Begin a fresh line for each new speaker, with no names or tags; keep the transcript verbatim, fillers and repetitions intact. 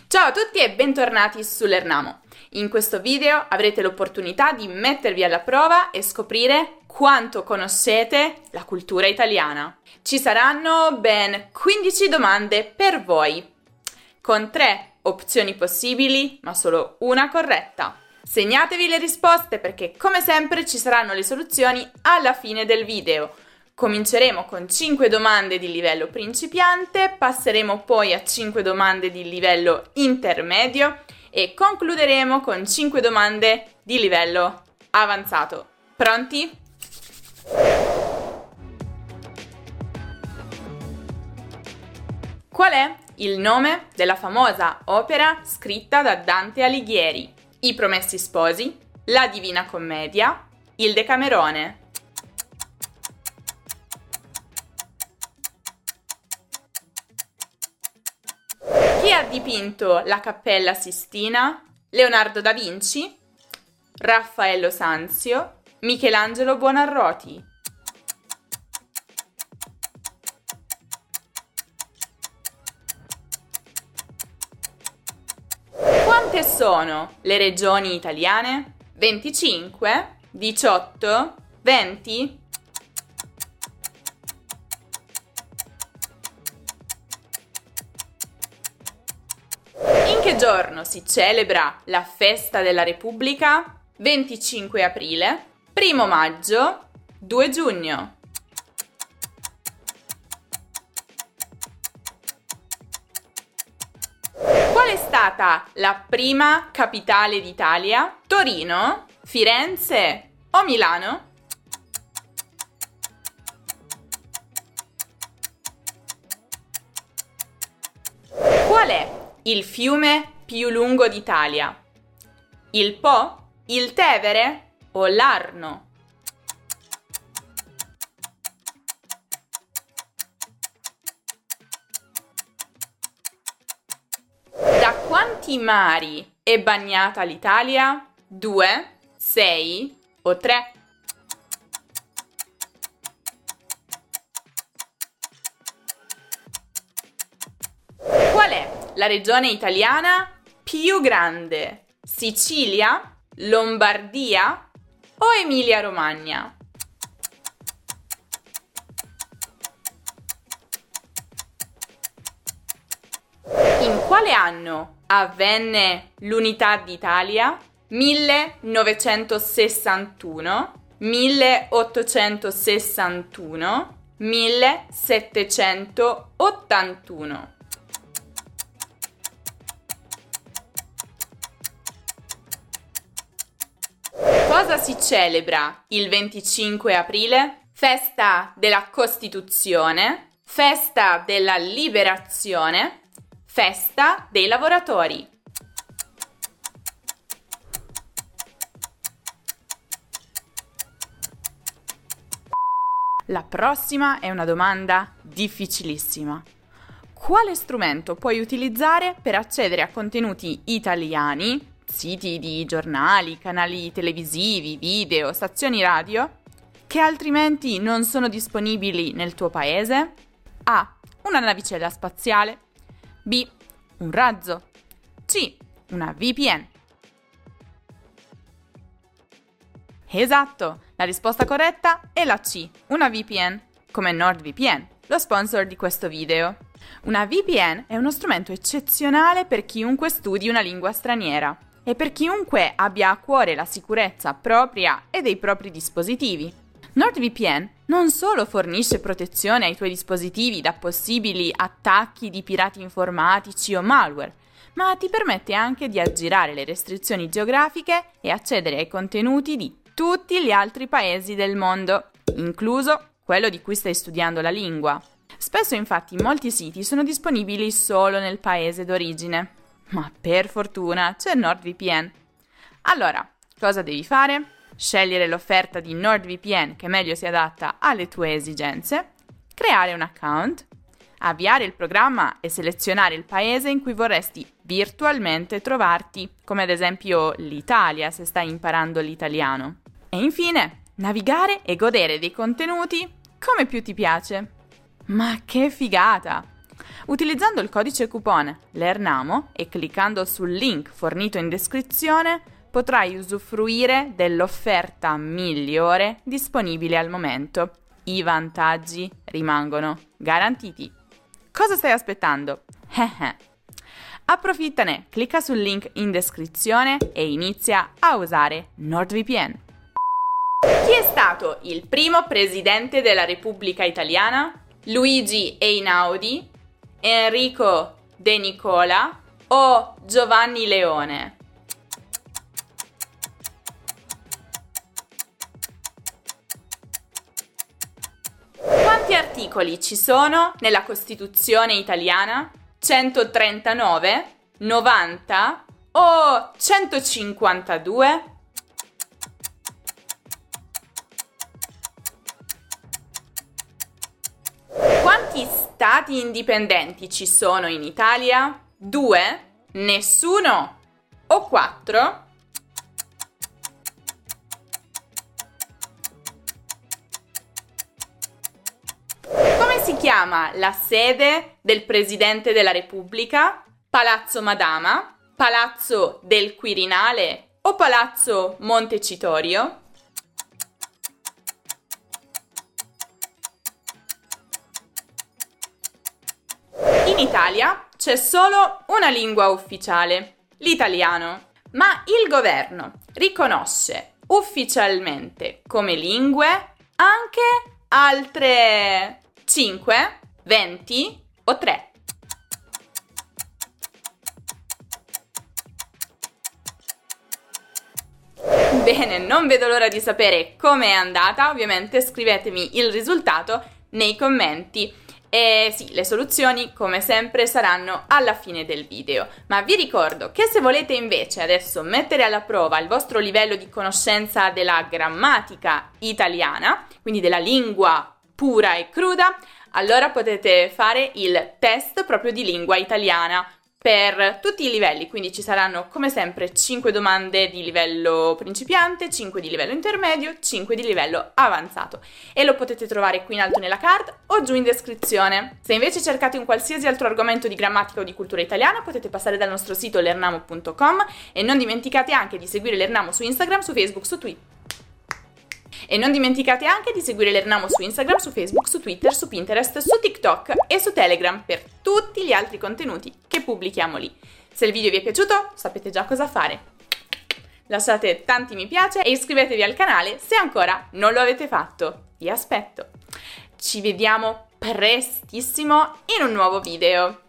Ciao a tutti e bentornati su Lernamo. In questo video avrete l'opportunità di mettervi alla prova e scoprire quanto conoscete la cultura italiana. Ci saranno ben quindici domande per voi, con tre opzioni possibili, ma solo una corretta. Segnatevi le risposte perché, come sempre, ci saranno le soluzioni alla fine del video. Cominceremo con cinque domande di livello principiante, passeremo poi a cinque domande di livello intermedio e concluderemo con cinque domande di livello avanzato. Pronti? Qual è il nome della famosa opera scritta da Dante Alighieri? I Promessi Sposi, la Divina Commedia, il Decamerone. Chi ha dipinto la Cappella Sistina? Leonardo da Vinci, Raffaello Sanzio, Michelangelo Buonarroti. Quante sono le regioni italiane? venticinque, diciotto, venti? In che giorno si celebra la festa della Repubblica? venticinque aprile, primo maggio, due giugno. Qual è stata la prima capitale d'Italia? Torino, Firenze o Milano? Qual è il fiume più lungo d'Italia? Il Po, il Tevere o l'Arno? Da quanti mari è bagnata l'Italia? Due, sei o tre? Qual è la regione italiana più grande? Sicilia, Lombardia o Emilia-Romagna? In quale anno avvenne l'Unità d'Italia? millenovecentosessantuno, milleottocentosessantuno, millesettecentottantuno. Cosa si celebra il venticinque aprile? Festa della Costituzione, festa della Liberazione, festa dei lavoratori. La prossima è una domanda difficilissima. Quale strumento puoi utilizzare per accedere a contenuti italiani, siti di giornali, canali televisivi, video, stazioni radio, che altrimenti non sono disponibili nel tuo paese? A. Una navicella spaziale. B. Un razzo. C. Una V P N. Esatto, la risposta corretta è la C, una V P N, come NordVPN, lo sponsor di questo video. Una V P N è uno strumento eccezionale per chiunque studi una lingua straniera e per chiunque abbia a cuore la sicurezza propria e dei propri dispositivi. NordVPN non solo fornisce protezione ai tuoi dispositivi da possibili attacchi di pirati informatici o malware, ma ti permette anche di aggirare le restrizioni geografiche e accedere ai contenuti di tutti gli altri paesi del mondo, incluso quello di cui stai studiando la lingua. Spesso infatti molti siti sono disponibili solo nel paese d'origine, ma per fortuna c'è NordVPN. Allora, cosa devi fare? Scegliere l'offerta di NordVPN che meglio si adatta alle tue esigenze, creare un account, avviare il programma e selezionare il paese in cui vorresti virtualmente trovarti, come ad esempio l'Italia se stai imparando l'italiano. E infine, navigare e godere dei contenuti come più ti piace. Ma che figata! Utilizzando il codice coupon LERNAMO e cliccando sul link fornito in descrizione potrai usufruire dell'offerta migliore disponibile al momento. I vantaggi rimangono garantiti. Cosa stai aspettando? Approfittane, clicca sul link in descrizione e inizia a usare NordVPN. Chi è stato il primo presidente della Repubblica Italiana? Luigi Einaudi, Enrico De Nicola o Giovanni Leone? Quanti articoli ci sono nella Costituzione italiana? centotrentanove, novanta o centocinquantadue? Quanti stati indipendenti ci sono in Italia? Due? Nessuno? O quattro? Come si chiama la sede del Presidente della Repubblica? Palazzo Madama, Palazzo del Quirinale o Palazzo Montecitorio? In Italia c'è solo una lingua ufficiale, l'italiano, ma il governo riconosce ufficialmente come lingue anche altre cinque, venti o tre. Bene, non vedo l'ora di sapere com'è andata, ovviamente scrivetemi il risultato nei commenti. E sì, le soluzioni come sempre saranno alla fine del video, ma vi ricordo che se volete invece adesso mettere alla prova il vostro livello di conoscenza della grammatica italiana, quindi della lingua pura e cruda, allora potete fare il test proprio di lingua italiana per tutti i livelli, quindi ci saranno come sempre cinque domande di livello principiante, cinque di livello intermedio, cinque di livello avanzato e lo potete trovare qui in alto nella card o giù in descrizione. Se invece cercate un qualsiasi altro argomento di grammatica o di cultura italiana potete passare dal nostro sito lernamo punto com e non dimenticate anche di seguire Lernamo su Instagram, su Facebook, su Twitter. E non dimenticate anche di seguire Lernamo su Instagram, su Facebook, su Twitter, su Pinterest, su TikTok e su Telegram per tutti gli altri contenuti che pubblichiamo lì. Se il video vi è piaciuto, sapete già cosa fare. Lasciate tanti mi piace e iscrivetevi al canale se ancora non lo avete fatto. Vi aspetto. Ci vediamo prestissimo in un nuovo video.